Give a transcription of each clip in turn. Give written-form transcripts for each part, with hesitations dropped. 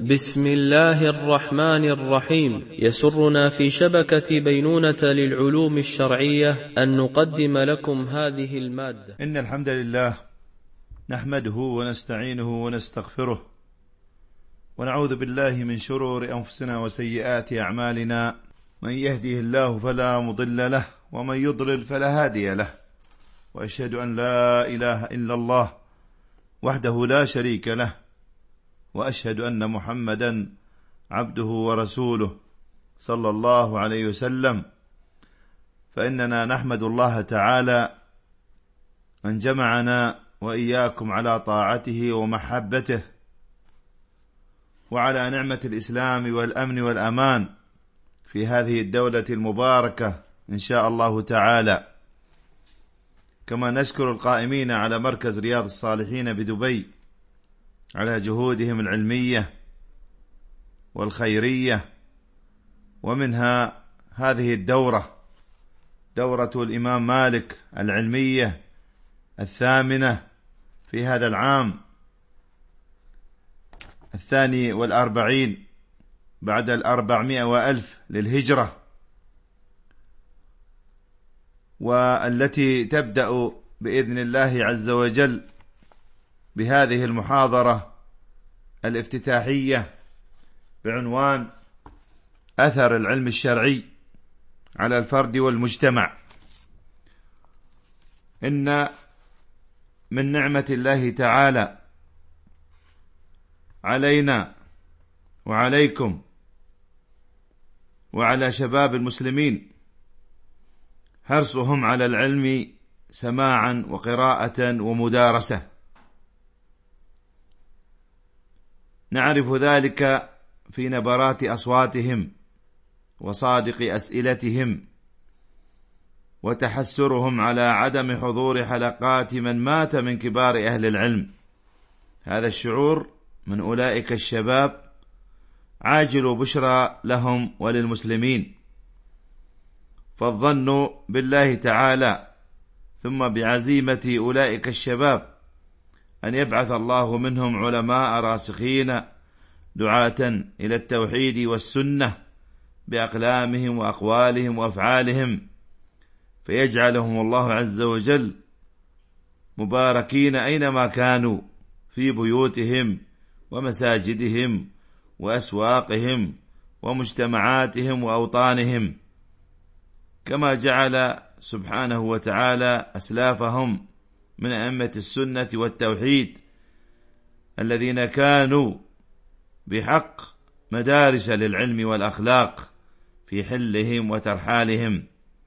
بسم الله الرحمن الرحيم. يسرنا في شبكة بينونة للعلوم الشرعية أن نقدم لكم هذه المادة. إن الحمد لله نحمده ونستعينه ونستغفره ونعوذ بالله من شرور أنفسنا وسيئات أعمالنا، من يهديه الله فلا مضل له ومن يضلل فلا هادي له، وأشهد أن لا إله إلا الله وحده لا شريك له، وأشهد أن محمدا عبده ورسوله صلى الله عليه وسلم. فإننا نحمد الله تعالى أن جمعنا وإياكم على طاعته ومحبته، وعلى نعمة الإسلام والأمن والأمان في هذه الدولة المباركة إن شاء الله تعالى. كما نشكر القائمين على مركز رياض الصالحين بدبي على جهودهم العلمية والخيرية، ومنها هذه دورة الإمام مالك العلمية 8 في هذا العام 42 بعد 400,000 للهجرة، والتي تبدأ بإذن الله عز وجل بهذه المحاضرة الافتتاحية بعنوان أثر العلم الشرعي على الفرد والمجتمع. إن من نعمة الله تعالى علينا وعليكم وعلى شباب المسلمين حرصهم على العلم سماعا وقراءة ومدارسة. نعرف ذلك في نبرات أصواتهم وصادق أسئلتهم، وتحسرهم على عدم حضور حلقات من مات من كبار أهل العلم. هذا الشعور من أولئك الشباب عاجل بشرى لهم وللمسلمين، فالظن بالله تعالى ثم بعزيمة أولئك الشباب أن يبعث الله منهم علماء راسخين دعاة إلى التوحيد والسنة بأقلامهم وأقوالهم وأفعالهم، فيجعلهم الله عز وجل مباركين أينما كانوا في بيوتهم ومساجدهم وأسواقهم ومجتمعاتهم وأوطانهم، كما جعل سبحانه وتعالى أسلافهم من أئمة السنة والتوحيد الذين كانوا بحق مدارس للعلم والأخلاق في حلهم وترحالهم.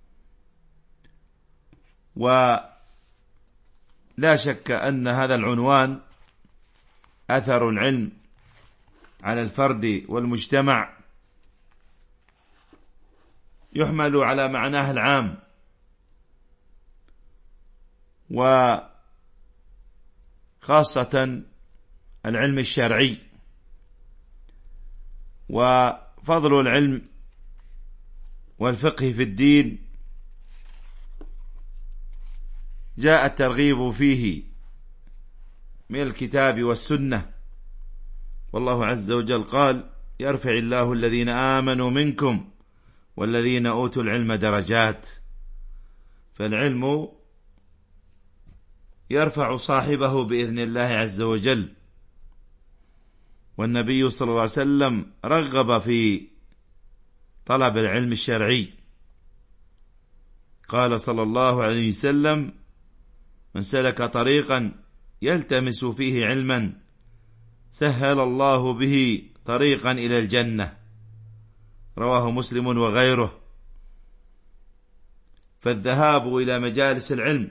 ولا شك أن هذا العنوان أثر العلم على الفرد والمجتمع يحمل على معناه العام، وخاصة العلم الشرعي. وفضل العلم والفقه في الدين جاء الترغيب فيه من الكتاب والسنة، والله عز وجل قال: يرفع الله الذين آمنوا منكم والذين أوتوا العلم درجات. فالعلم يرفع صاحبه بإذن الله عز وجل، والنبي صلى الله عليه وسلم رغب في طلب العلم الشرعي. قال صلى الله عليه وسلم: من سلك طريقا يلتمس فيه علما سهل الله به طريقا إلى الجنة. رواه مسلم وغيره. فالذهاب إلى مجالس العلم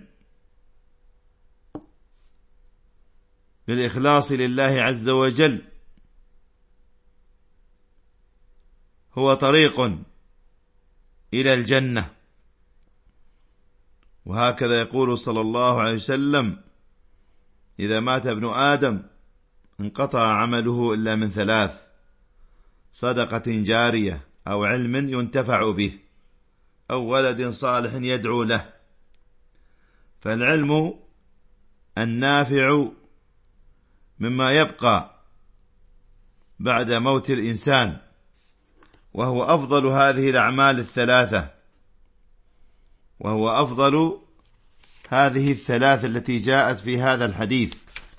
للإخلاص لله عز وجل هو طريق إلى الجنة. وهكذا يقول صلى الله عليه وسلم: إذا مات ابن آدم انقطع عمله إلا من 3: صدقة جارية أو علم ينتفع به أو ولد صالح يدعو له. فالعلم النافع مما يبقى بعد موت الإنسان، وهو أفضل هذه الأعمال الثلاثة، وهو أفضل هذه الثلاث التي جاءت في هذا الحديث.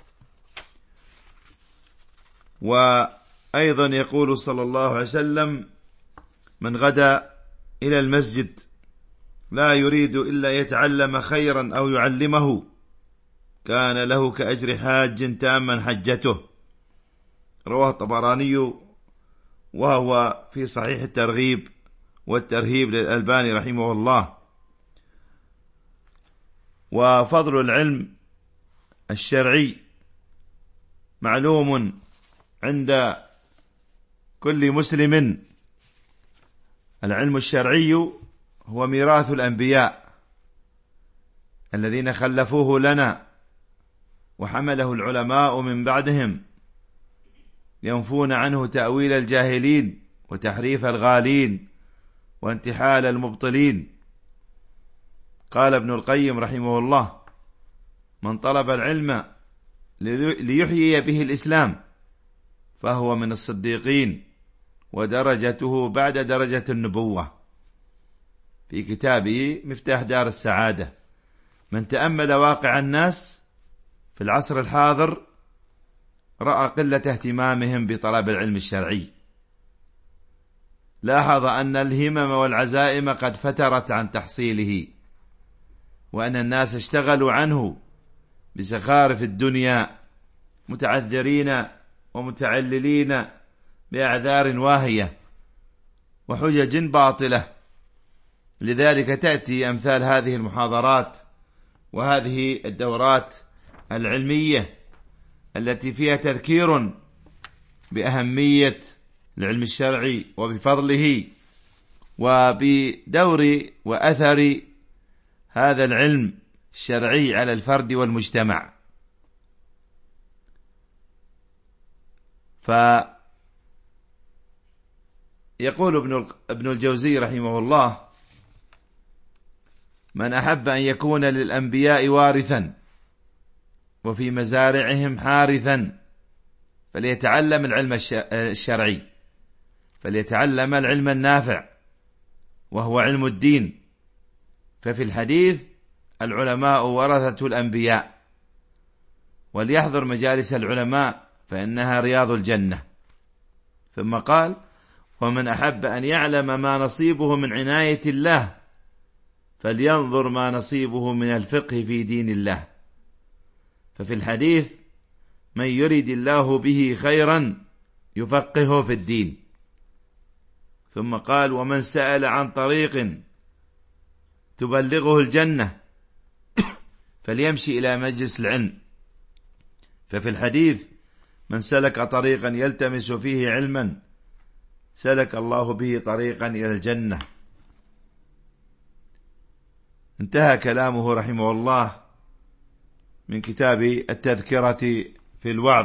وأيضا يقول صلى الله عليه وسلم: من غدا إلى المسجد لا يريد إلا يتعلم خيرا أو يعلمه كان له كأجر حاج تاما حجته. رواه الطبراني وهو في صحيح الترغيب والترهيب للألباني رحمه الله. وفضل العلم الشرعي معلوم عند كل مسلم. العلم الشرعي هو ميراث الأنبياء الذين خلفوه لنا، وحمله العلماء من بعدهم ينفون عنه تأويل الجاهلين وتحريف الغالين وانتحال المبطلين. قال ابن القيم رحمه الله: من طلب العلم ليحيي به الإسلام فهو من الصديقين، ودرجته بعد درجة النبوة. في كتابه مفتاح دار السعادة، من تأمل واقع الناس في العصر الحاضر رأى قلة اهتمامهم بطلب العلم الشرعي. لاحظ أن الهمم والعزائم قد فترت عن تحصيله، وأن الناس اشتغلوا عنه بزخارف الدنيا، متعذرين ومتعللين بأعذار واهية وحجج باطلة. لذلك تأتي أمثال هذه المحاضرات وهذه الدورات العلمية التي فيها تذكير بأهمية العلم الشرعي وبفضله وبدور وأثر هذا العلم الشرعي على الفرد والمجتمع. فيقول ابن الجوزي رحمه الله: من أحب أن يكون للأنبياء وارثا وفي مزارعهم حارثا فليتعلم العلم الشرعي، فليتعلم العلم النافع وهو علم الدين. ففي الحديث: العلماء ورثة الأنبياء، وليحضر مجالس العلماء فإنها رياض الجنة. ثم قال: ومن أحب أن يعلم ما نصيبه من عناية الله فلينظر ما نصيبه من الفقه في دين الله. ففي الحديث: من يريد الله به خيرا يفقهه في الدين. ثم قال: ومن سأل عن طريق تبلغه الجنة فليمشي إلى مجلس العلم. ففي الحديث: من سلك طريقا يلتمس فيه علما سلك الله به طريقا إلى الجنة. انتهى كلامه رحمه الله من كتاب التذكرة في الوعظ.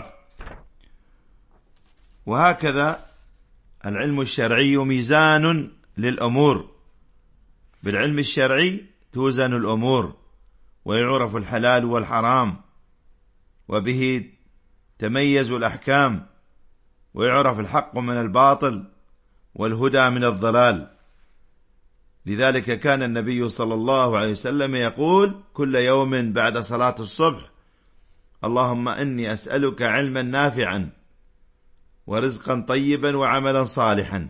وهكذا العلم الشرعي ميزان للأمور. بالعلم الشرعي توزن الأمور ويعرف الحلال والحرام، وبه تميز الأحكام ويعرف الحق من الباطل والهدى من الضلال. لذلك كان النبي صلى الله عليه وسلم يقول كل يوم بعد صلاة الصبح: اللهم إني أسألك علما نافعا ورزقا طيبا وعملا صالحا.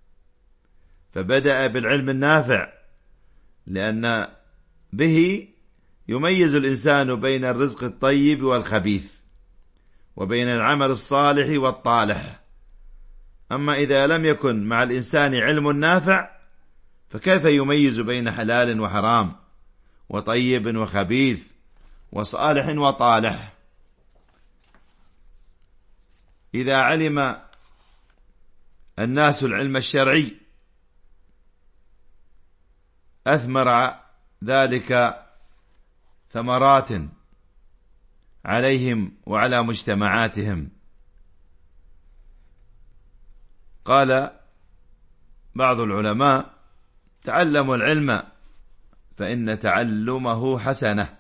فبدأ بالعلم النافع لأن به يميز الإنسان بين الرزق الطيب والخبيث، وبين العمل الصالح والطالح. أما إذا لم يكن مع الإنسان علم نافع فكيف يميز بين حلال وحرام وطيب وخبيث وصالح وطالح؟ إذا علم الناس العلم الشرعي أثمر ذلك ثمرات عليهم وعلى مجتمعاتهم. قال بعض العلماء: تعلموا العلم فإن تعلمه حسنة،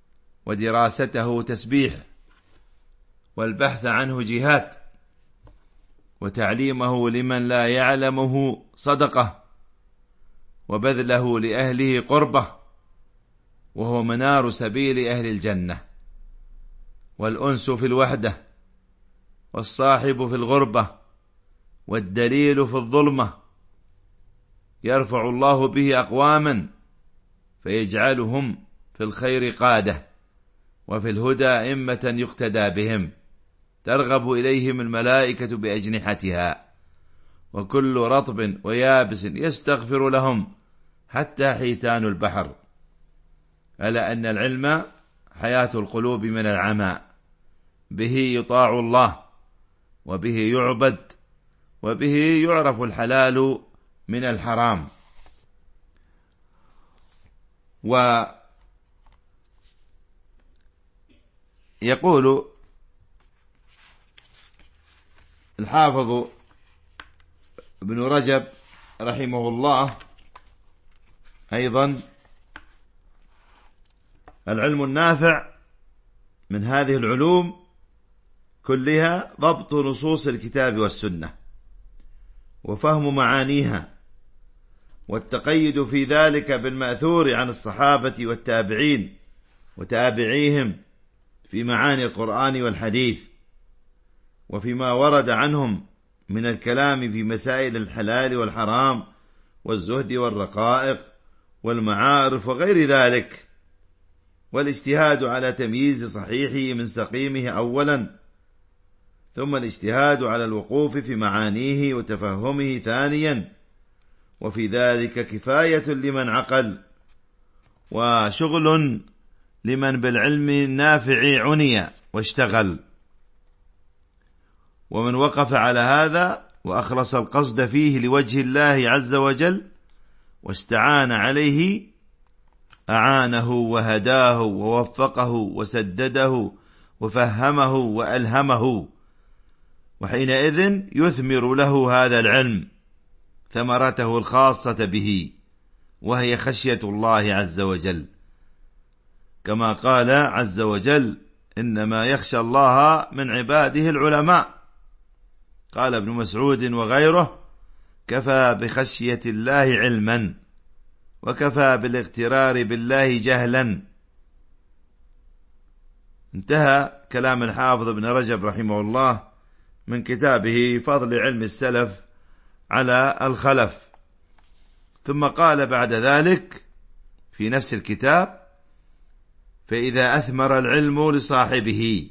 ودراسته تسبيح، والبحث عنه جهاد. وتعليمه لمن لا يعلمه صدقة، وبذله لأهله قربة، وهو منار سبيل أهل الجنة، والأنس في الوحدة، والصاحب في الغربة، والدليل في الظلمة. يرفع الله به أقواما فيجعلهم في الخير قادة، وفي الهدى أئمة يقتدى بهم، ترغب إليهم الملائكة بأجنحتها، وكل رطب ويابس يستغفر لهم حتى حيتان البحر. ألا أن العلم حياة القلوب من العمى، به يطاع الله، وبه يعبد، وبه يعرف الحلال من الحرام. ويقول الحافظ ابن رجب رحمه الله أيضا: العلم النافع من هذه العلوم كلها ضبط نصوص الكتاب والسنة، وفهم معانيها، والتقيد في ذلك بالمأثور عن الصحابة والتابعين وتابعيهم في معاني القرآن والحديث، وفيما ورد عنهم من الكلام في مسائل الحلال والحرام والزهد والرقائق والمعارف وغير ذلك، والاجتهاد على تمييز صحيحه من سقيمه أولا، ثم الاجتهاد على الوقوف في معانيه وتفهمه ثانيا، وفي ذلك كفاية لمن عقل، وشغل لمن بالعلم النافع عني واشتغل. ومن وقف على هذا وأخلص القصد فيه لوجه الله عز وجل واستعان عليه، أعانه وهداه ووفقه وسدده وفهمه وألهمه، وحينئذ يثمر له هذا العلم ثمرته الخاصة به، وهي خشية الله عز وجل، كما قال عز وجل: إنما يخشى الله من عباده العلماء. قال ابن مسعود وغيره: كفى بخشية الله علما، وكفى بالاغترار بالله جهلا. انتهى كلام الحافظ ابن رجب رحمه الله من كتابه فضل علم السلف على الخلف. ثم قال بعد ذلك في نفس الكتاب: فإذا أثمر العلم لصاحبه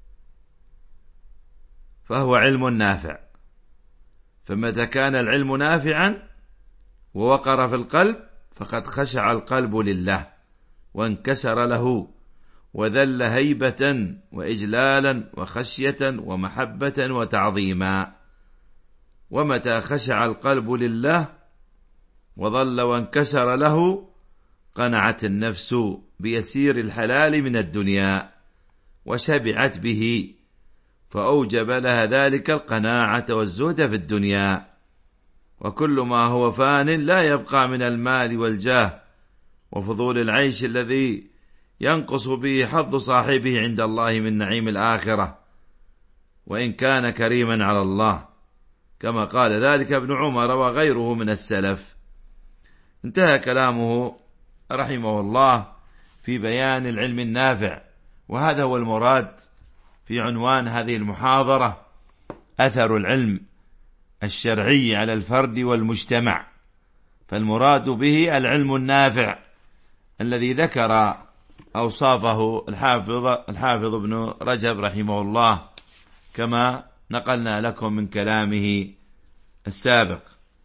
فهو علم نافع، فمتى كان العلم نافعا ووقر في القلب فقد خشع القلب لله وانكسر له، وذل هيبة وإجلالا وخشية ومحبة وتعظيما. ومتى خشع القلب لله وظل وانكسر له قنعت النفس بيسير الحلال من الدنيا وشبعت به، فأوجب لها ذلك القناعة والزهد في الدنيا. وكل ما هو فان لا يبقى من المال والجاه وفضول العيش الذي ينقص به حظ صاحبه عند الله من نعيم الآخرة، وإن كان كريما على الله، كما قال ذلك ابن عمر وغيره من السلف. انتهى كلامه رحمه الله في بيان العلم النافع، وهذا هو المراد في عنوان هذه المحاضرة: أثر العلم الشرعي على الفرد والمجتمع. فالمراد به العلم النافع الذي ذكر أوصافه الحافظ ابن رجب رحمه الله كما نقلنا لكم من كلامه السابق.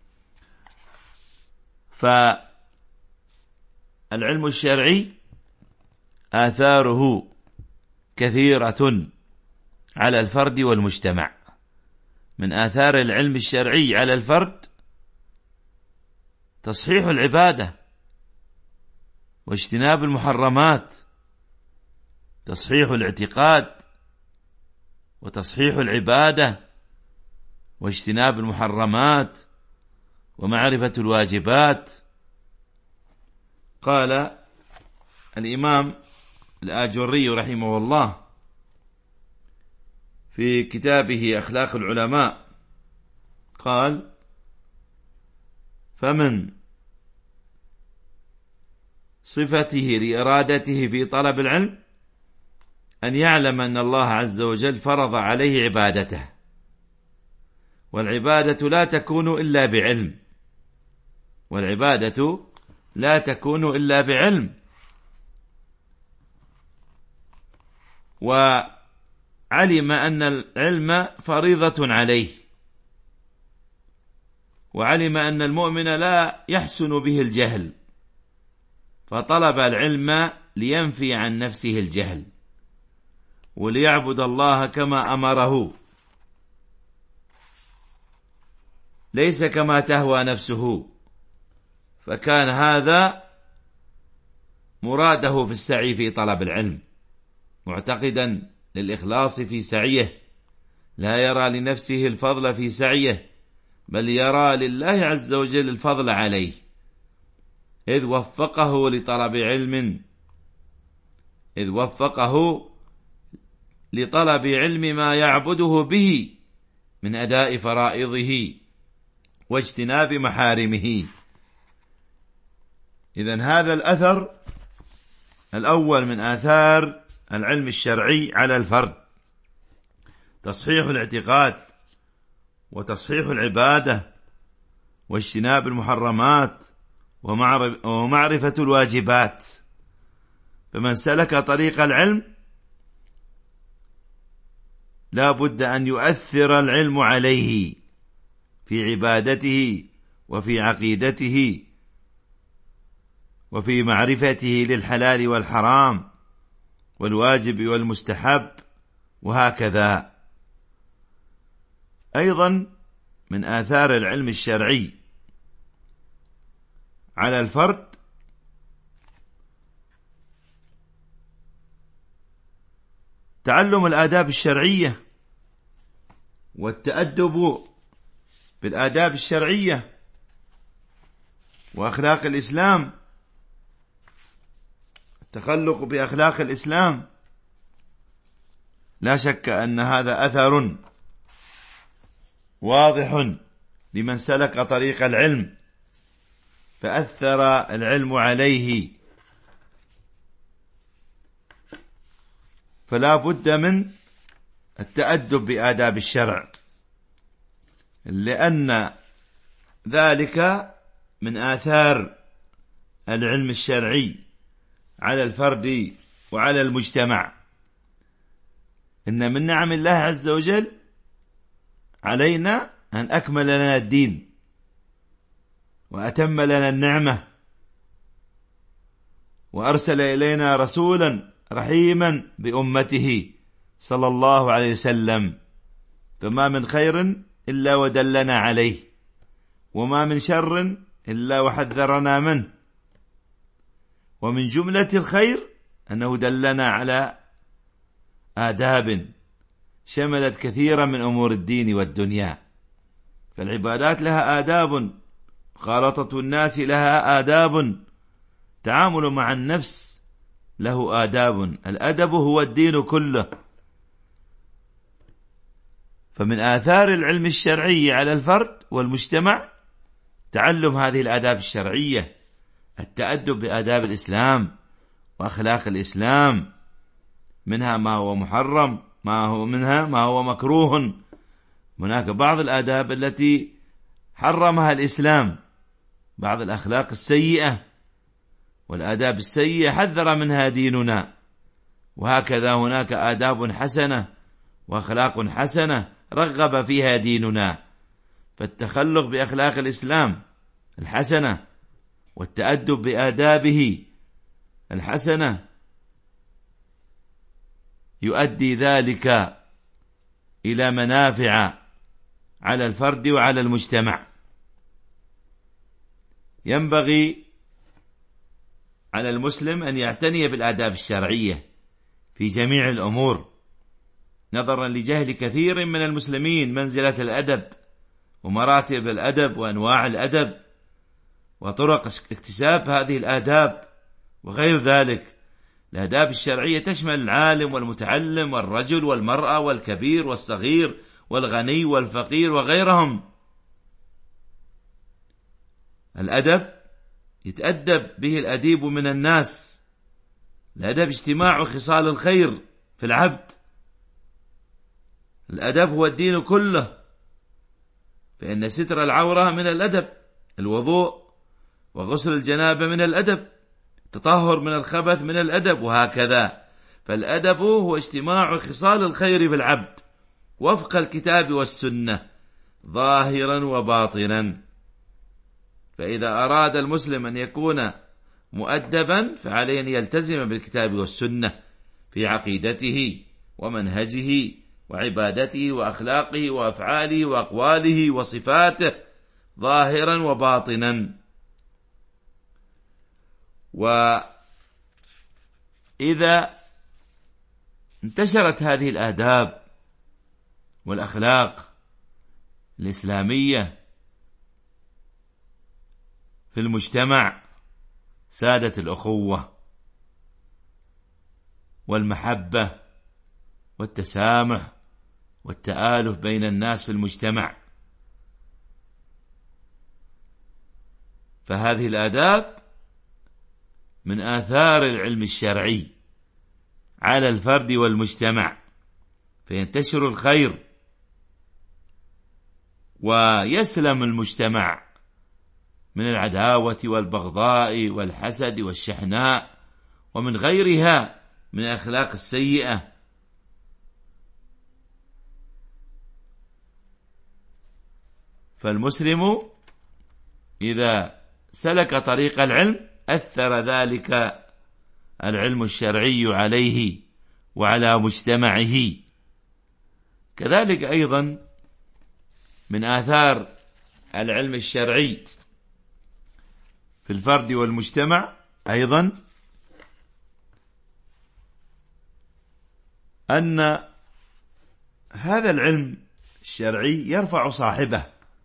فالعلم الشرعي آثاره كثيرة على الفرد والمجتمع. من آثار العلم الشرعي على الفرد تصحيح العبادة واجتناب المحرمات، تصحيح الاعتقاد وتصحيح العبادة واجتناب المحرمات ومعرفة الواجبات. قال الإمام الآجري رحمه الله في كتابه أخلاق العلماء: قال: فمن صفته لإرادته في طلب العلم أن يعلم أن الله عز وجل فرض عليه عبادته، والعبادة لا تكون إلا بعلم، والعبادة لا تكون إلا بعلم. وعلم أن العلم فريضة عليه، وعلم أن المؤمن لا يحسن به الجهل، فطلب العلم لينفي عن نفسه الجهل وليعبد الله كما أمره، ليس كما تهوى نفسه. فكان هذا مراده في السعي في طلب العلم، معتقدا للإخلاص في سعيه، لا يرى لنفسه الفضل في سعيه، بل يرى لله عز وجل الفضل عليه، إذ وفقه لطلب علم ما يعبده به من أداء فرائضه واجتناب محارمه. إذن هذا الأثر الأول من آثار العلم الشرعي على الفرد، تصحيح الاعتقاد وتصحيح العبادة واجتناب المحرمات ومعرفة الواجبات. فمن سلك طريق العلم لا بد أن يؤثر العلم عليه في عبادته وفي عقيدته وفي معرفته للحلال والحرام والواجب والمستحب، وهكذا. أيضا من آثار العلم الشرعي على الفرد تعلم الآداب الشرعية والتأدب بالآداب الشرعية وأخلاق الإسلام، التخلق بأخلاق الإسلام. لا شك أن هذا أثر واضح لمن سلك طريق العلم فأثر العلم عليه، فلا بد من التأدب بآداب الشرع، لأن ذلك من آثار العلم الشرعي على الفرد وعلى المجتمع. إن من نعم الله عز وجل علينا أن أكمل لنا الدين وأتم لنا النعمة، وأرسل إلينا رسولا رحيما بأمته صلى الله عليه وسلم، فما من خير إلا ودلنا عليه، وما من شر إلا وحذرنا منه. ومن جملة الخير أنه دلنا على آداب شملت كثيرا من أمور الدين والدنيا، فالعبادات لها آداب، مخالطة الناس لها آداب، تعامل مع النفس له آداب، الأدب هو الدين كله. فمن آثار العلم الشرعي على الفرد والمجتمع تعلم هذه الآداب الشرعية، التأدب بآداب الإسلام وأخلاق الإسلام، منها ما هو محرم، منها ما هو مكروه. هناك بعض الآداب التي حرمها الإسلام، بعض الأخلاق السيئة والآداب السيئة حذر منها ديننا، وهكذا هناك آداب حسنة وأخلاق حسنة رغب فيها ديننا. فالتخلق بأخلاق الإسلام الحسنة والتأدب بآدابه الحسنة يؤدي ذلك إلى منافع على الفرد وعلى المجتمع. ينبغي على المسلم أن يعتني بالآداب الشرعية في جميع الأمور، نظرا لجهل كثير من المسلمين منزلة الأدب ومراتب الأدب وأنواع الأدب وطرق اكتساب هذه الآداب وغير ذلك. الآداب الشرعية تشمل العالم والمتعلم والرجل والمرأة والكبير والصغير والغني والفقير وغيرهم، الأدب يتأدب به الأديب من الناس. الأدب اجتماع خصال الخير في العبد. الأدب هو الدين كله، فإن ستر العورة من الأدب، الوضوء وغسل الجنابة من الأدب، التطهر من الخبث من الأدب، وهكذا. فالأدب هو اجتماع خصال الخير في العبد وفق الكتاب والسنة ظاهرا وباطنا. فإذا أراد المسلم أن يكون مؤدبا فعليه أن يلتزم بالكتاب والسنة في عقيدته ومنهجه وعبادته وأخلاقه وأفعاله وأقواله وصفاته ظاهرا وباطنا. وإذا انتشرت هذه الآداب والأخلاق الإسلامية في المجتمع سادت الأخوة والمحبة والتسامح والتآلف بين الناس في المجتمع. فهذه الآداب من آثار العلم الشرعي على الفرد والمجتمع، فينتشر الخير ويسلم المجتمع من العداوة والبغضاء والحسد والشحناء ومن غيرها من الأخلاق السيئة. فالمسلم إذا سلك طريق العلم أثر ذلك العلم الشرعي عليه وعلى مجتمعه. كذلك أيضا من آثار العلم الشرعي في الفرد والمجتمع أيضا أن هذا العلم الشرعي يرفع صاحبه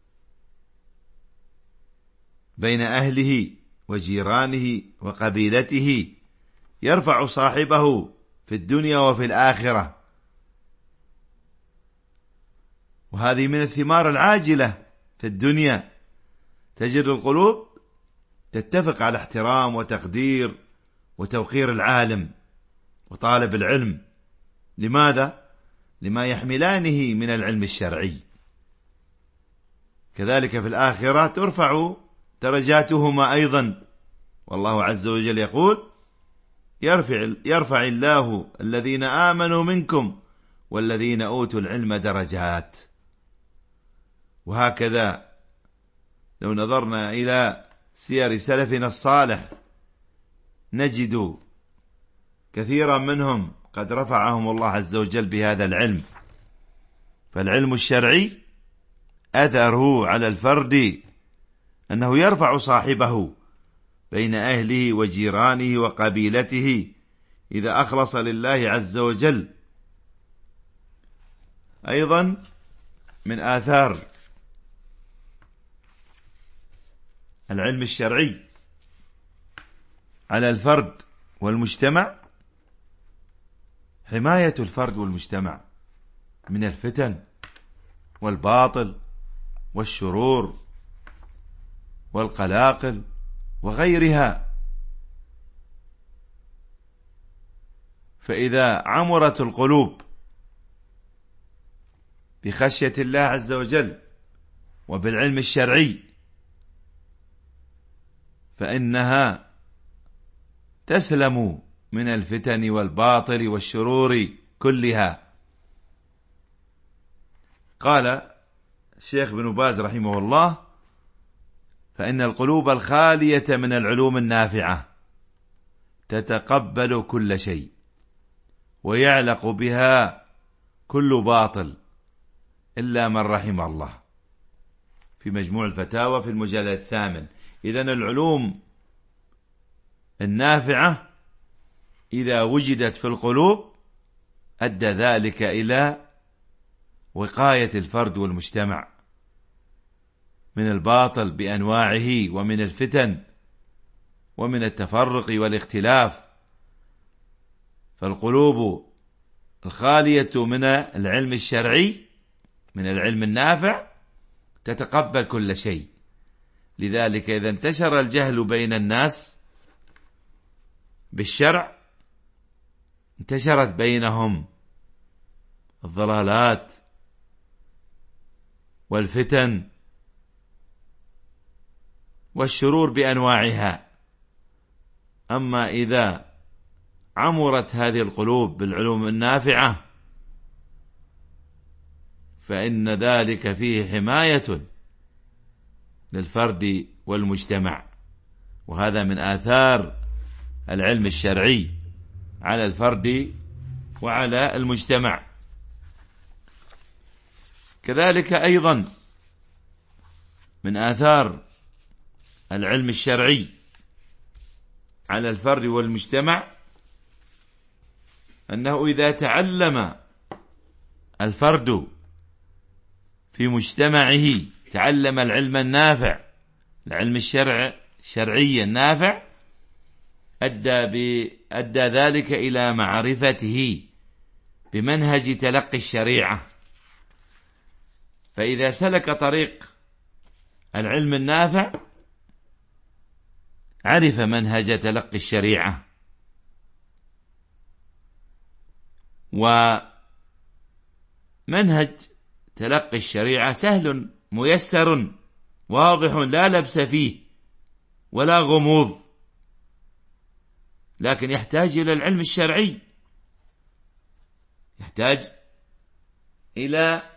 بين أهله وجيرانه وقبيلته، يرفع صاحبه في الدنيا وفي الآخرة. وهذه من الثمار العاجلة في الدنيا، تجد القلوب تتفق على احترام وتقدير وتوقير العالم وطالب العلم. لماذا؟ لما يحملانه من العلم الشرعي. كذلك في الآخرة ترفع درجاتهما أيضا، والله عز وجل يقول: يرفع الله الذين آمنوا منكم والذين أوتوا العلم درجات. وهكذا لو نظرنا إلى سير سلفنا الصالح نجد كثيرا منهم قد رفعهم الله عز وجل بهذا العلم. فالعلم الشرعي أثره على الفرد أنه يرفع صاحبه بين أهله وجيرانه وقبيلته إذا أخلص لله عز وجل. أيضا من آثار العلم الشرعي على الفرد والمجتمع حماية الفرد والمجتمع من الفتن والباطل والشرور والقلاقل وغيرها. فإذا عمرت القلوب بخشية الله عز وجل وبالعلم الشرعي فإنها تسلم من الفتن والباطل والشرور كلها. قال الشيخ بن باز رحمه الله: فإن القلوب الخالية من العلوم النافعة تتقبل كل شيء ويعلق بها كل باطل إلا من رحم الله، في مجموع الفتاوى في المجلد 8. إذن العلوم النافعة إذا وجدت في القلوب أدى ذلك إلى وقاية الفرد والمجتمع من الباطل بأنواعه ومن الفتن ومن التفرق والاختلاف. فالقلوب الخالية من العلم الشرعي من العلم النافع تتقبل كل شيء لذلك إذا انتشر الجهل بين الناس بالشرع انتشرت بينهم الضلالات والفتن والشرور بأنواعها. أما إذا عمرت هذه القلوب بالعلوم النافعة فإن ذلك فيه حماية للفرد والمجتمع، وهذا من آثار العلم الشرعي على الفرد وعلى المجتمع. كذلك أيضا من آثار العلم الشرعي على الفرد والمجتمع أنه إذا تعلم الفرد في مجتمعه تعلم العلم النافع، العلم الشرعي النافع، أدى ذلك إلى معرفته بمنهج تلقي الشريعة. فإذا سلك طريق العلم النافع عرف منهج تلقي الشريعة، ومنهج تلقي الشريعة سهل ميسر واضح لا لبس فيه ولا غموض، لكن يحتاج إلى العلم الشرعي، يحتاج إلى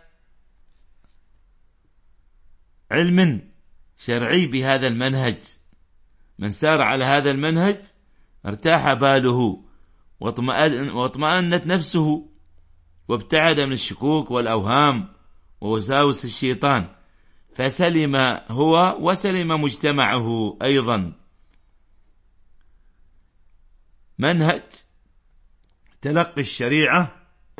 علم شرعي بهذا المنهج. من سار على هذا المنهج ارتاح باله واطمأنت نفسه وابتعد من الشكوك والأوهام ووساوس الشيطان، فسلم هو وسلم مجتمعه أيضا. منهج تلقي الشريعة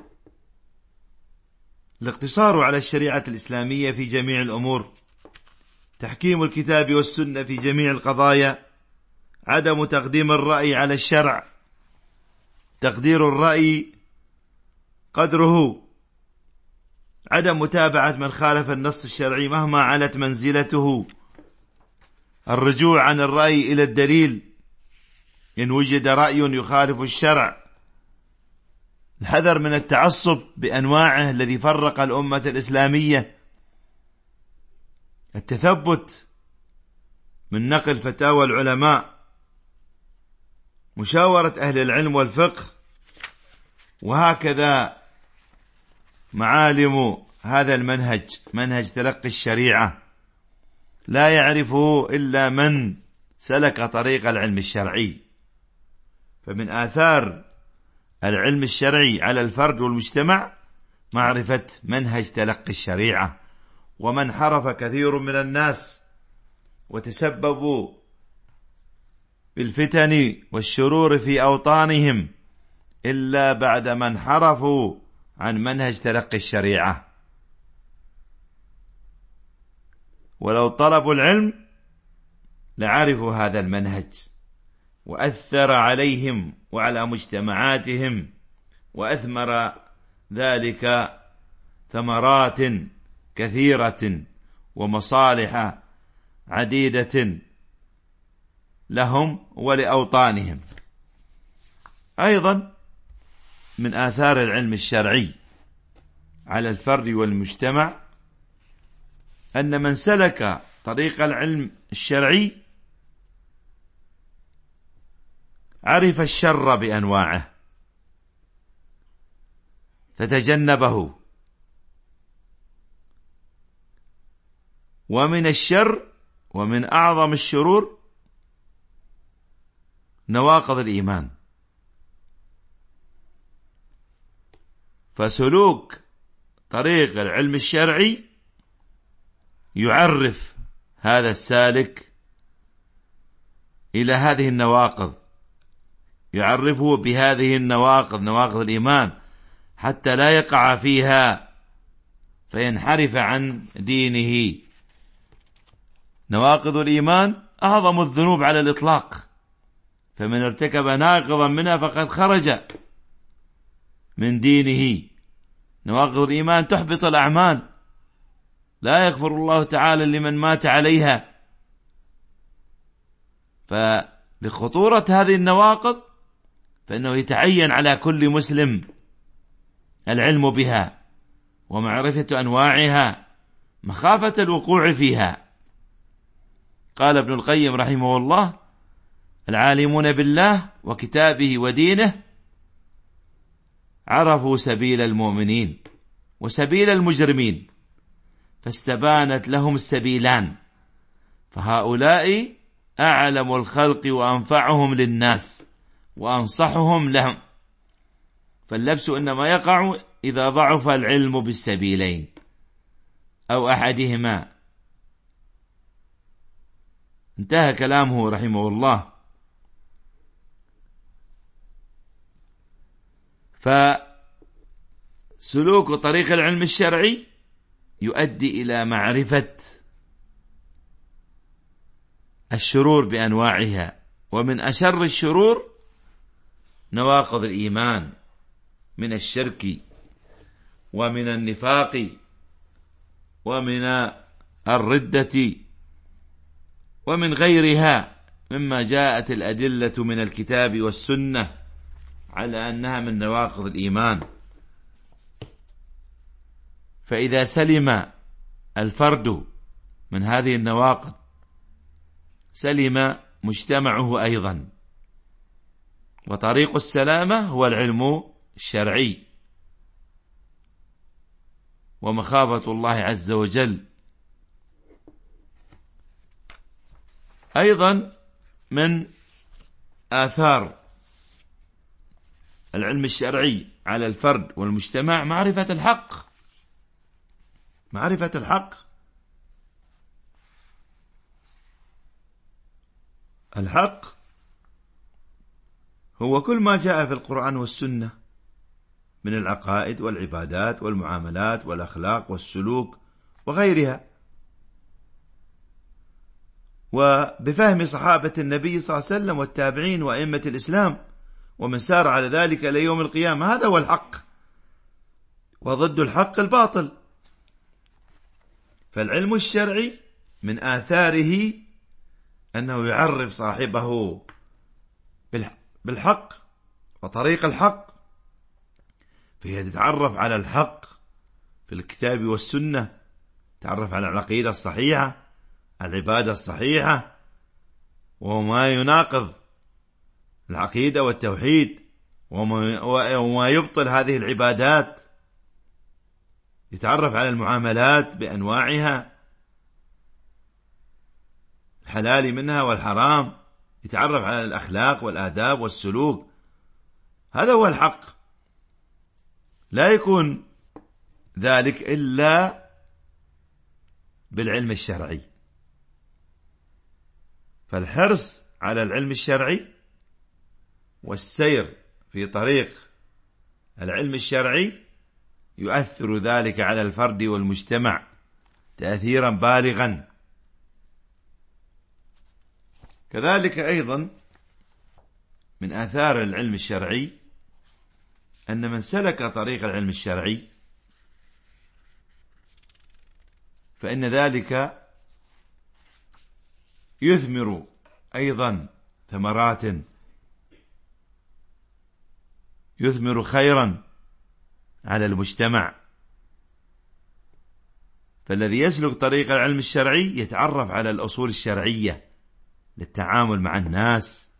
الاقتصار على الشريعة الإسلامية في جميع الأمور، تحكيم الكتاب والسنة في جميع القضايا، عدم تقديم الرأي على الشرع، تقدير الرأي قدره، عدم متابعة من خالف النص الشرعي مهما علت منزلته، الرجوع عن الرأي إلى الدليل إن وجد رأي يخالف الشرع، الحذر من التعصب بأنواعه الذي فرق الأمة الإسلامية، التثبت من نقل فتاوى العلماء، مشاورة أهل العلم والفقه، وهكذا معالم هذا المنهج، منهج تلقي الشريعة لا يعرفه إلا من سلك طريق العلم الشرعي. فمن آثار العلم الشرعي على الفرد والمجتمع معرفة منهج تلقي الشريعة. ومن حرف كثير من الناس وتسببوا بالفتن والشرور في أوطانهم إلا بعد ما انحرفوا عن منهج تلقي الشريعة. ولو طلبوا العلم لعرفوا هذا المنهج وأثر عليهم وعلى مجتمعاتهم، وأثمر ذلك ثمرات كثيرة ومصالح عديدة لهم ولأوطانهم. أيضا من آثار العلم الشرعي على الفرد والمجتمع أن من سلك طريق العلم الشرعي عرف الشر بأنواعه فتجنبه. ومن الشر ومن أعظم الشرور نواقض الإيمان، فسلوك طريق العلم الشرعي يعرف هذا السالك إلى هذه النواقض، يعرفه بهذه النواقض، نواقض الإيمان، حتى لا يقع فيها فينحرف عن دينه. نواقض الإيمان أعظم الذنوب على الإطلاق، فمن ارتكب ناقضا منها فقد خرج من دينه. نواقض الإيمان تحبط الأعمال، لا يغفر الله تعالى لمن مات عليها، فلخطورة هذه النواقض فإنه يتعين على كل مسلم العلم بها ومعرفة أنواعها مخافة الوقوع فيها. قال ابن القيم رحمه الله: العالمون بالله وكتابه ودينه عرفوا سبيل المؤمنين وسبيل المجرمين، فاستبانت لهم السبيلان، فهؤلاء أعلم الخلق وأنفعهم للناس وأنصحهم لهم، فاللبس إنما يقع إذا ضعف العلم بالسبيلين أو أحدهما. انتهى كلامه رحمه الله. فسلوك طريق العلم الشرعي يؤدي إلى معرفة الشرور بأنواعها، ومن أشر الشرور نواقض الإيمان من الشرك ومن النفاق ومن الردة ومن غيرها مما جاءت الأدلة من الكتاب والسنة على أنها من نواقض الإيمان. فإذا سلم الفرد من هذه النواقض سلم مجتمعه أيضا. وطريق السلامة هو العلم الشرعي ومخافة الله عز وجل. أيضا من آثار العلم الشرعي على الفرد والمجتمع معرفة الحق. معرفة الحق. الحق هو كل ما جاء في القرآن والسنة من العقائد والعبادات والمعاملات والأخلاق والسلوك وغيرها، وبفهم صحابة النبي صلى الله عليه وسلم والتابعين وأئمة الإسلام ومن سار على ذلك إلى يوم القيامة. هذا هو الحق، وضد الحق الباطل. فالعلم الشرعي من آثاره أنه يعرف صاحبه بالحق وطريق الحق، فهي تتعرف على الحق في الكتاب والسنة، تعرف على العقيدة الصحيحة، العبادة الصحيحة، وما يناقض العقيدة والتوحيد وما يبطل هذه العبادات، يتعرف على المعاملات بأنواعها، الحلال منها والحرام، يتعرف على الأخلاق والآداب والسلوك. هذا هو الحق. لا يكون ذلك إلا بالعلم الشرعي. فالحرص على العلم الشرعي والسير في طريق العلم الشرعي يؤثر ذلك على الفرد والمجتمع تأثيرا بالغا. كذلك أيضا من آثار العلم الشرعي أن من سلك طريق العلم الشرعي فإن ذلك يثمر أيضا ثمرات، يثمر خيرا على المجتمع. فالذي يسلك طريق العلم الشرعي يتعرف على الأصول الشرعية للتعامل مع الناس.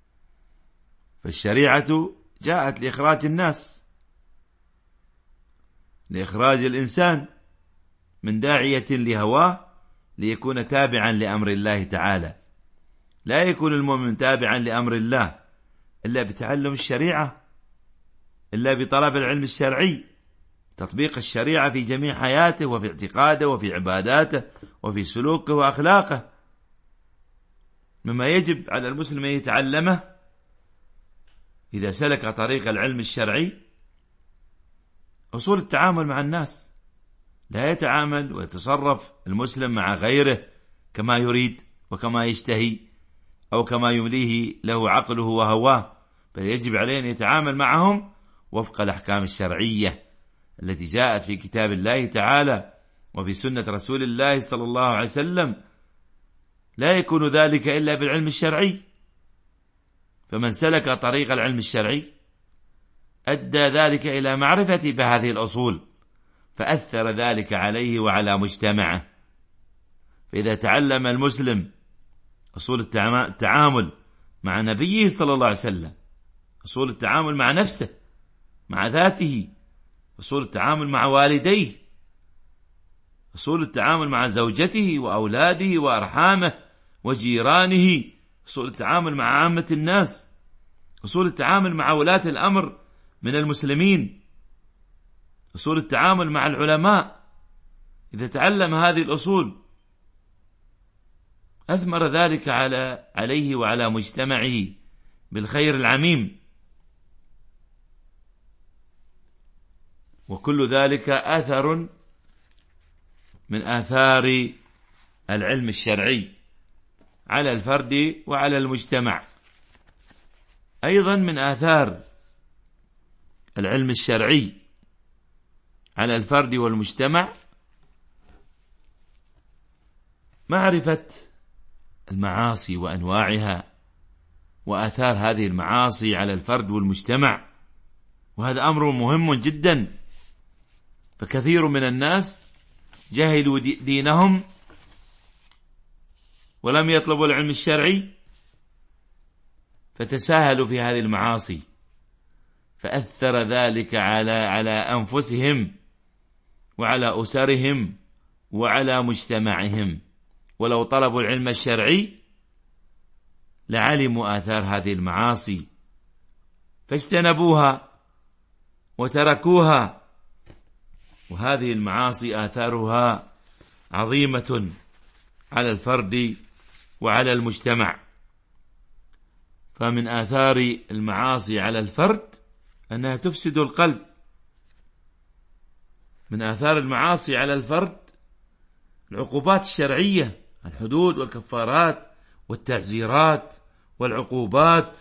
فالشريعة جاءت لإخراج الناس، لإخراج الإنسان من داعية لهواه ليكون تابعا لأمر الله تعالى. لا يكون المؤمن تابعا لأمر الله إلا بتعلم الشريعة، إلا بطلب العلم الشرعي، تطبيق الشريعة في جميع حياته وفي اعتقاده وفي عباداته وفي سلوكه وأخلاقه. مما يجب على المسلم أن يتعلمه إذا سلك طريق العلم الشرعي أصول التعامل مع الناس. لا يتعامل ويتصرف المسلم مع غيره كما يريد وكما يشتهي أو كما يمليه له عقله وهواه، بل يجب عليه أن يتعامل معهم وفق الأحكام الشرعية التي جاءت في كتاب الله تعالى وفي سنة رسول الله صلى الله عليه وسلم. لا يكون ذلك إلا بالعلم الشرعي. فمن سلك طريق العلم الشرعي أدى ذلك إلى معرفة بهذه الأصول، فأثر ذلك عليه وعلى مجتمعه. فإذا تعلم المسلم أصول التعامل مع نبيه صلى الله عليه وسلم، أصول التعامل مع نفسه، مع ذاته، أصول التعامل مع والديه، أصول التعامل مع زوجته وأولاده وأرحامه وجيرانه، أصول التعامل مع عامة الناس، أصول التعامل مع ولاة الأمر من المسلمين، أصول التعامل مع العلماء. إذا تعلم هذه الأصول أثمر ذلك عليه وعلى مجتمعه بالخير العميم، وكل ذلك أثر من آثار العلم الشرعي على الفرد وعلى المجتمع. أيضا من آثار العلم الشرعي على الفرد والمجتمع معرفة المعاصي وأنواعها وآثار هذه المعاصي على الفرد والمجتمع، وهذا أمر مهم جدا. فكثير من الناس جهلوا دينهم ولم يطلبوا العلم الشرعي، فتساهلوا في هذه المعاصي، فأثر ذلك على أنفسهم وعلى أسرهم وعلى مجتمعهم. ولو طلبوا العلم الشرعي لعلموا آثار هذه المعاصي فاجتنبوها وتركوها، وهذه المعاصي آثارها عظيمة على الفرد وعلى المجتمع. فمن آثار المعاصي على الفرد أنها تفسد القلب. من آثار المعاصي على الفرد العقوبات الشرعية، الحدود والكفارات والتعزيرات والعقوبات.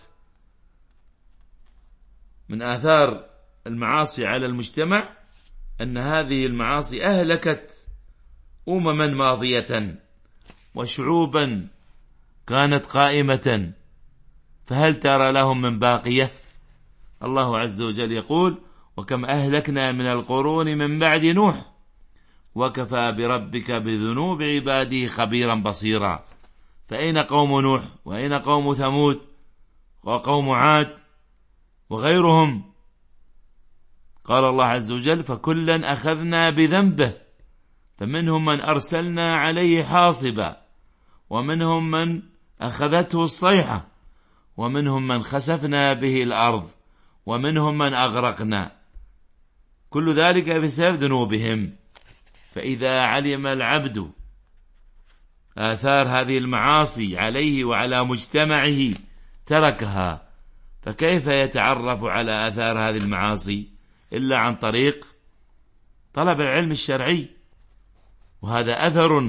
من آثار المعاصي على المجتمع أن هذه المعاصي أهلكت أمما ماضية وشعوبا كانت قائمة، فهل ترى لهم من باقية؟ الله عز وجل يقول: وكم أهلكنا من القرون من بعد نوح وكفى بربك بذنوب عباده خبيرا بصيرا. فأين قوم نوح وأين قوم ثمود وقوم عاد وغيرهم؟ قال الله عز وجل: فكلا أخذنا بذنبه فمنهم من أرسلنا عليه حاصبا ومنهم من أخذته الصيحة ومنهم من خسفنا به الأرض ومنهم من أغرقنا، كل ذلك بسبب ذنوبهم. فإذا علم العبد آثار هذه المعاصي عليه وعلى مجتمعه تركها، فكيف يتعرف على آثار هذه المعاصي إلا عن طريق طلب العلم الشرعي؟ وهذا أثر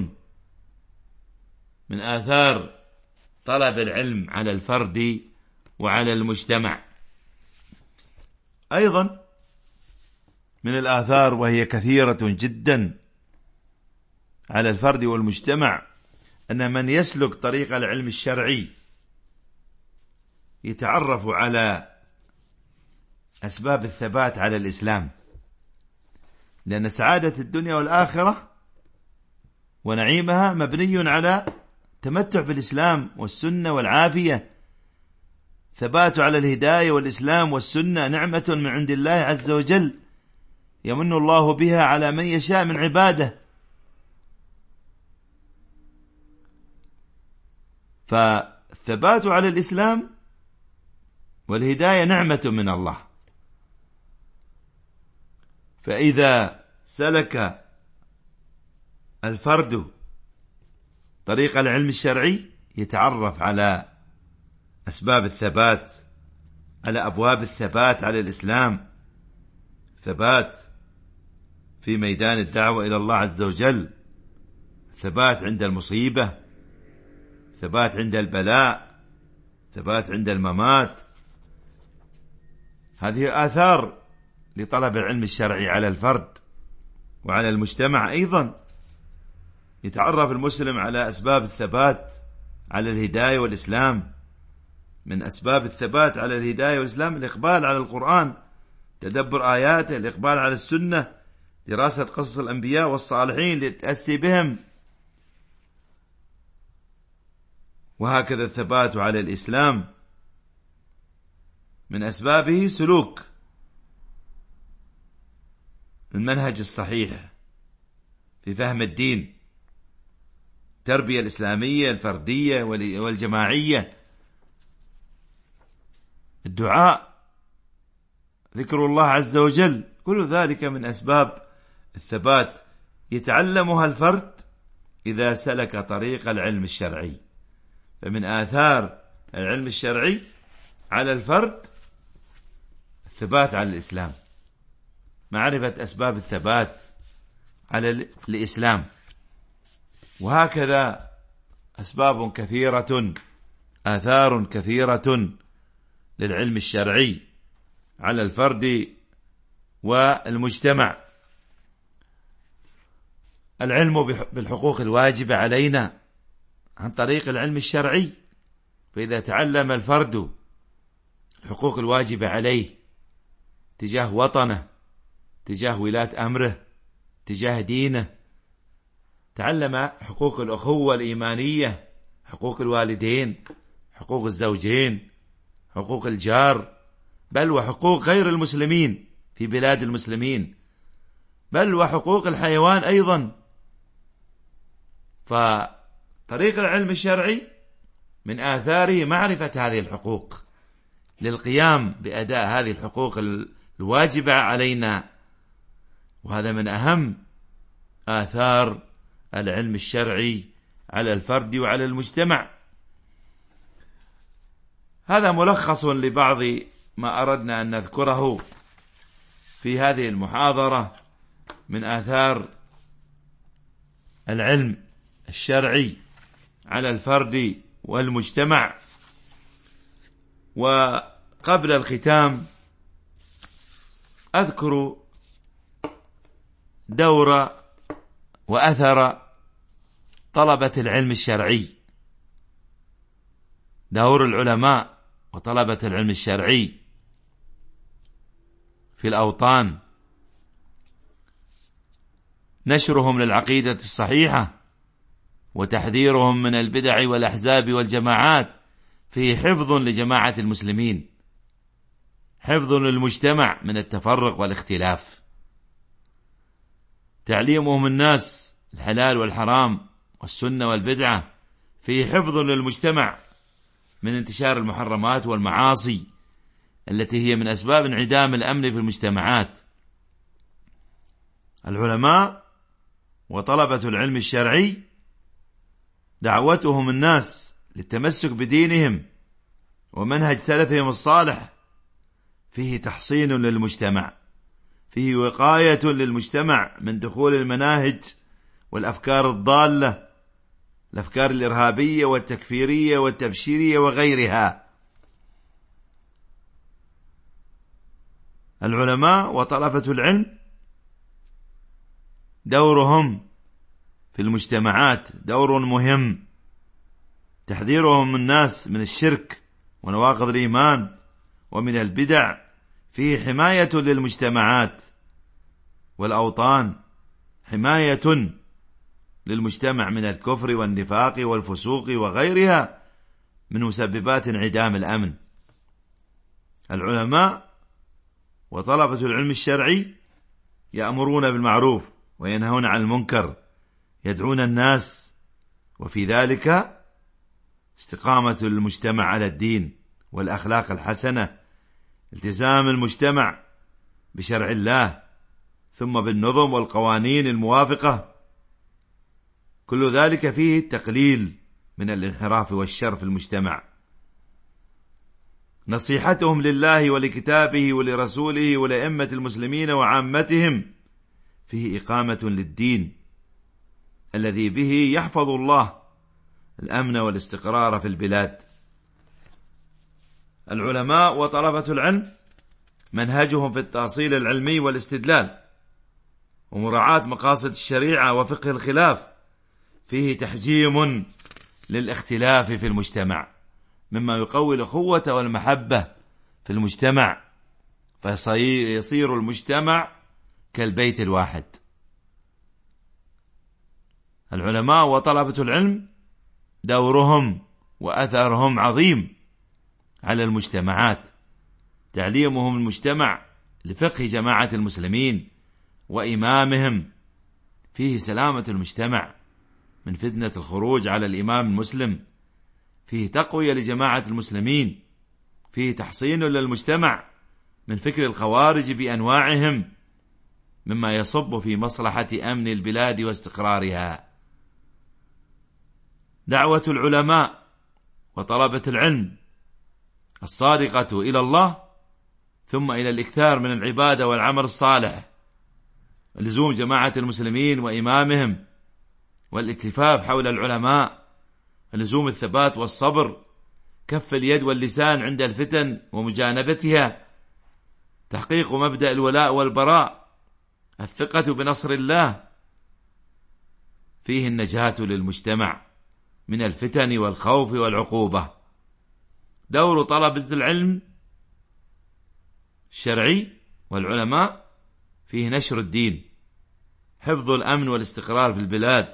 من آثار طلب العلم على الفرد وعلى المجتمع. أيضا من الآثار وهي كثيرة جدا على الفرد والمجتمع أن من يسلك طريق العلم الشرعي يتعرف على أسباب الثبات على الإسلام، لأن سعادة الدنيا والآخرة ونعيمها مبني على تمتع بالإسلام والسنة والعافية. ثبات على الهداية والإسلام والسنة نعمة من عند الله عز وجل يمن الله بها على من يشاء من عباده. فالثبات على الإسلام والهداية نعمة من الله. فإذا سلك الفرد طريق العلم الشرعي يتعرف على أسباب الثبات، على أبواب الثبات على الإسلام، ثبات في ميدان الدعوة إلى الله عز وجل، ثبات عند المصيبة، ثبات عند البلاء، ثبات عند الممات. هذه آثار لطلب العلم الشرعي على الفرد وعلى المجتمع. أيضا يتعرف المسلم على أسباب الثبات على الهداية والإسلام من أسباب الثبات على الهداية والإسلام الإقبال على القرآن، تدبر آياته، الإقبال على السنة، دراسة قصص الأنبياء والصالحين للتأسي بهم، وهكذا الثبات على الإسلام. من أسبابه سلوك المنهج الصحيح في فهم الدين، التربية الإسلامية الفردية والجماعية، الدعاء، ذكر الله عز وجل، كل ذلك من أسباب الثبات يتعلمها الفرد إذا سلك طريق العلم الشرعي. فمن آثار العلم الشرعي على الفرد الثبات على الإسلام، معرفة أسباب الثبات على الإسلام، وهكذا أسباب كثيرة، آثار كثيرة للعلم الشرعي على الفرد والمجتمع. العلم بالحقوق الواجبة علينا عن طريق العلم الشرعي، فإذا تعلم الفرد الحقوق الواجبة عليه تجاه وطنه، تجاه ولاة أمره، تجاه دينه، تعلم حقوق الأخوة الإيمانية، حقوق الوالدين، حقوق الزوجين، حقوق الجار، بل وحقوق غير المسلمين في بلاد المسلمين، بل وحقوق الحيوان أيضا. فطريق العلم الشرعي من آثاره معرفة هذه الحقوق للقيام بأداء هذه الحقوق الواجبة علينا، وهذا من أهم آثار العلم الشرعي على الفرد وعلى المجتمع. هذا ملخص لبعض ما أردنا أن نذكره في هذه المحاضرة من آثار العلم الشرعي على الفرد والمجتمع. وقبل الختام أذكر دور وأثر طلبة العلم الشرعي، دور العلماء وطلبة العلم الشرعي في الأوطان، نشرهم للعقيدة الصحيحة وتحذيرهم من البدع والأحزاب والجماعات، فيه حفظ لجماعة المسلمين، حفظ للمجتمع من التفرق والاختلاف، تعليمهم الناس الحلال والحرام والسنة والبدعة، فيه حفظ للمجتمع من انتشار المحرمات والمعاصي التي هي من أسباب انعدام الأمن في المجتمعات. العلماء وطلبة العلم الشرعي دعوتهم الناس للتمسك بدينهم ومنهج سلفهم الصالح فيه تحصين للمجتمع، فيه وقاية للمجتمع من دخول المناهج والأفكار الضالة، الأفكار الإرهابية والتكفيرية والتبشيرية وغيرها. العلماء وطلبة العلم دورهم في المجتمعات دور مهم، تحذيرهم الناس من الشرك ونواقض الإيمان ومن البدع، فيه حماية للمجتمعات والأوطان، حماية للمجتمع من الكفر والنفاق والفسوق وغيرها من مسببات انعدام الأمن. العلماء وطلبة العلم الشرعي يأمرون بالمعروف وينهون عن المنكر، يدعون الناس، وفي ذلك استقامة المجتمع على الدين والأخلاق الحسنة، التزام المجتمع بشرع الله ثم بالنظم والقوانين الموافقة، كل ذلك فيه التقليل من الانحراف والشر في المجتمع. نصيحتهم لله ولكتابه ولرسوله ولأئمة المسلمين وعامتهم فيه إقامة للدين الذي به يحفظ الله الأمن والاستقرار في البلاد. العلماء وطلبة العلم منهجهم في التأصيل العلمي والاستدلال ومراعاة مقاصد الشريعة وفقه الخلاف فيه تحجيم للاختلاف في المجتمع، مما يقوي الأخوة والمحبة في المجتمع، فيصير المجتمع كالبيت الواحد. العلماء وطلبة العلم دورهم وأثرهم عظيم على المجتمعات، تعليمهم المجتمع لفقه جماعة المسلمين وإمامهم فيه سلامة المجتمع من فتنة الخروج على الإمام المسلم، فيه تقوية لجماعة المسلمين، فيه تحصين للمجتمع من فكر الخوارج بأنواعهم، مما يصب في مصلحة أمن البلاد واستقرارها. دعوة العلماء وطلبة العلم الصادقة إلى الله ثم إلى الإكثار من العبادة والعمل الصالح، لزوم جماعة المسلمين وإمامهم والاتفاف حول العلماء، لزوم الثبات والصبر، كف اليد واللسان عند الفتن ومجانبتها، تحقيق مبدأ الولاء والبراء، الثقة بنصر الله، فيه النجاة للمجتمع من الفتن والخوف والعقوبة. دور طلبة العلم الشرعي والعلماء فيه نشر الدين، حفظ الأمن والاستقرار في البلاد،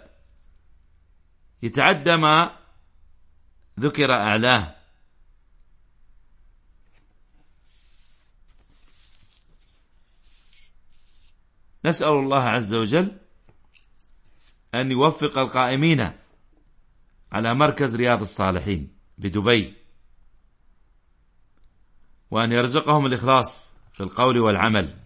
يتعدى ما ذكر أعلاه. نسأل الله عز وجل أن يوفق القائمين على مركز رياض الصالحين بدبي، وأن يرزقهم الإخلاص في القول والعمل.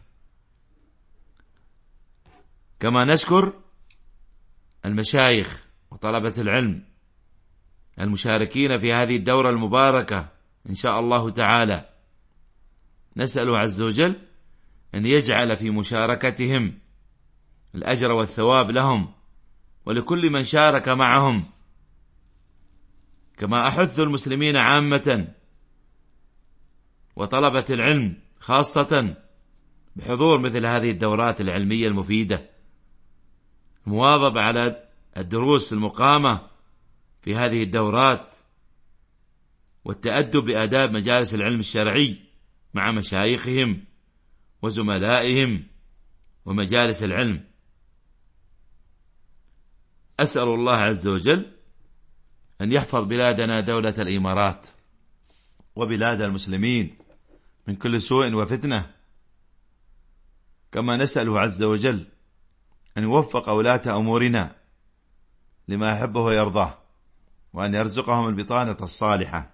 كما نشكر المشايخ وطلبة العلم المشاركين في هذه الدورة المباركة إن شاء الله تعالى، نسأل عز وجل أن يجعل في مشاركتهم الأجر والثواب لهم ولكل من شارك معهم. كما أحث المسلمين عامة وطلبة العلم خاصة بحضور مثل هذه الدورات العلمية المفيدة، مواظبة على الدروس المقامة في هذه الدورات، والتأدب بآداب مجالس العلم الشرعي مع مشايخهم وزملائهم ومجالس العلم. أسأل الله عز وجل أن يحفظ بلادنا دولة الإمارات وبلاد المسلمين من كل سوء وفتنة. كما نسأله عز وجل أن يوفق ولاة أمورنا لما يحبه ويرضاه، وأن يرزقهم البطانة الصالحة.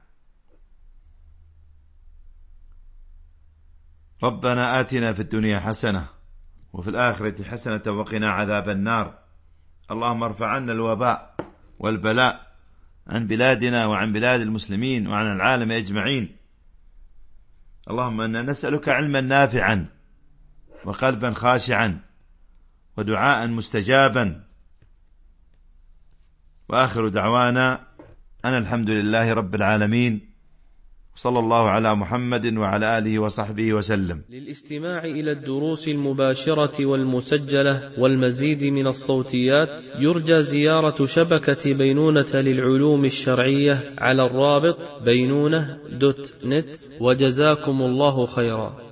ربنا آتنا في الدنيا حسنة وفي الآخرة حسنة وقنا عذاب النار. اللهم ارفع عنا الوباء والبلاء عن بلادنا وعن بلاد المسلمين وعن العالم أجمعين. اللهم إنا نسألك علما نافعا وقلبا خاشعا ودعاء مستجابا. وآخر دعوانا أن الحمد لله رب العالمين، صلى الله على محمد وعلى آله وصحبه وسلم. للاستماع إلى الدروس المباشرة والمسجلة والمزيد من الصوتيات يرجى زيارة شبكة بينونة للعلوم الشرعية على الرابط بينونة.net. وجزاكم الله خيرا.